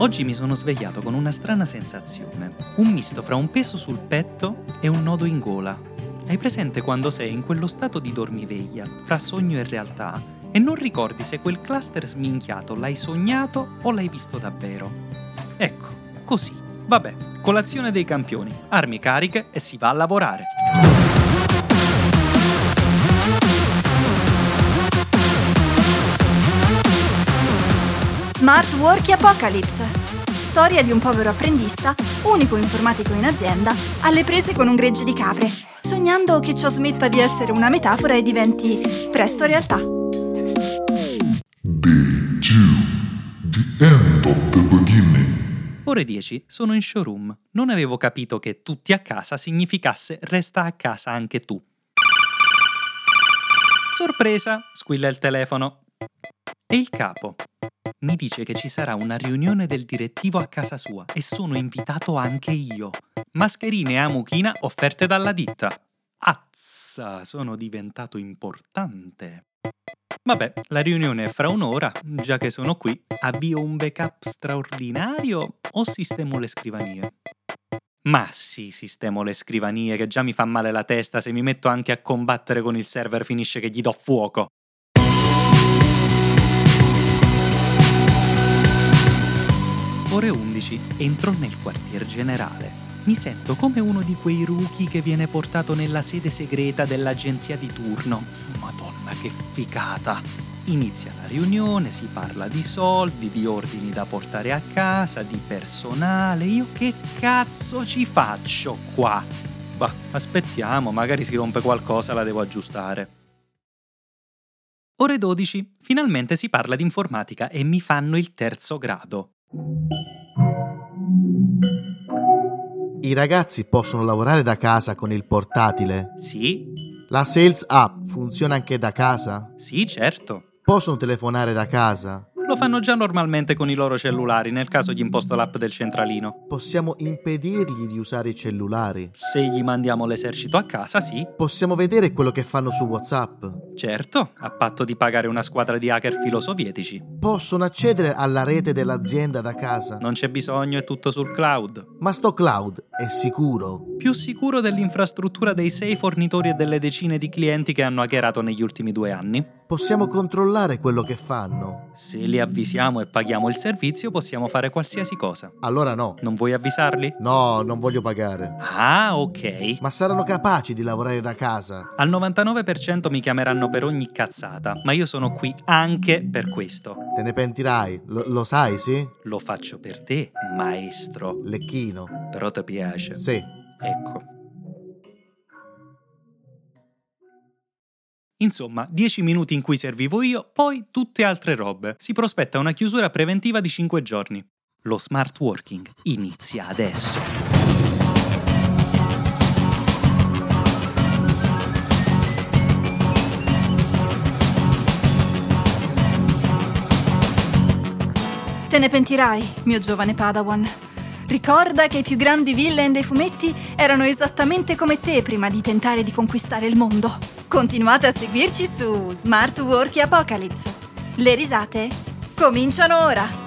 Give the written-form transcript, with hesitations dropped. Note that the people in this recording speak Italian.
Oggi mi sono svegliato con una strana sensazione, un misto fra un peso sul petto e un nodo in gola. Hai presente quando sei in quello stato di dormiveglia, fra sogno e realtà, e non ricordi se quel cluster sminchiato l'hai sognato o l'hai visto davvero? Ecco, così. Vabbè, colazione dei campioni, armi cariche e si va a lavorare. Smart Work Apocalypse. Storia di un povero apprendista, unico informatico in azienda, alle prese con un gregge di capre, sognando che ciò smetta di essere una metafora e diventi presto realtà. Day 2. The end of the beginning. Ore 10, sono in showroom. Non avevo capito che tutti a casa significasse resta a casa anche tu. Sorpresa, squilla il telefono. E il capo mi dice che ci sarà una riunione del direttivo a casa sua e sono invitato anche io. Mascherine a mucchina offerte dalla ditta. Azza, sono diventato importante. Vabbè, la riunione è fra un'ora, già che sono qui, avvio un backup straordinario o sistemo le scrivanie? Ma sì, sistemo le scrivanie, che già mi fa male la testa, se mi metto anche a combattere con il server finisce che gli do fuoco. Ore 11, entro nel quartier generale. Mi sento come uno di quei rookie che viene portato nella sede segreta dell'agenzia di turno. Madonna, che ficata! Inizia la riunione, si parla di soldi, di ordini da portare a casa, di personale. Io che cazzo ci faccio qua? Bah, aspettiamo, magari si rompe qualcosa, la devo aggiustare. Ore 12, finalmente si parla di informatica e mi fanno il terzo grado. I ragazzi possono lavorare da casa con il portatile? Sì? La Sales App funziona anche da casa? Sì, certo. Possono telefonare da casa? Lo fanno già normalmente con i loro cellulari, nel caso gli imposto l'app del centralino. Possiamo impedirgli di usare i cellulari? Se gli mandiamo l'esercito a casa, sì. Possiamo vedere quello che fanno su WhatsApp? Certo, a patto di pagare una squadra di hacker filosovietici. Possono accedere alla rete dell'azienda da casa? Non c'è bisogno, è tutto sul cloud. Ma sto cloud è sicuro? Più sicuro dell'infrastruttura dei 6 fornitori e delle decine di clienti che hanno hackerato negli ultimi 2 anni. Possiamo controllare quello che fanno? Se li avvisiamo e paghiamo il servizio, possiamo fare qualsiasi cosa. Allora no. Non vuoi avvisarli? No, non voglio pagare. Ah, ok. Ma saranno capaci di lavorare da casa? Al 99% mi chiameranno per ogni cazzata, ma io sono qui anche per questo. Te ne pentirai, lo sai, sì? Lo faccio per te, maestro. Lecchino. Però ti piace? Sì. Ecco. Insomma, 10 minuti in cui servivo io, poi tutte altre robe. Si prospetta una chiusura preventiva di 5 giorni. Lo smart working inizia adesso. Te ne pentirai, mio giovane Padawan. Ricorda che i più grandi villain dei fumetti erano esattamente come te prima di tentare di conquistare il mondo. Continuate a seguirci su Smart Work Apocalypse. Le risate cominciano ora!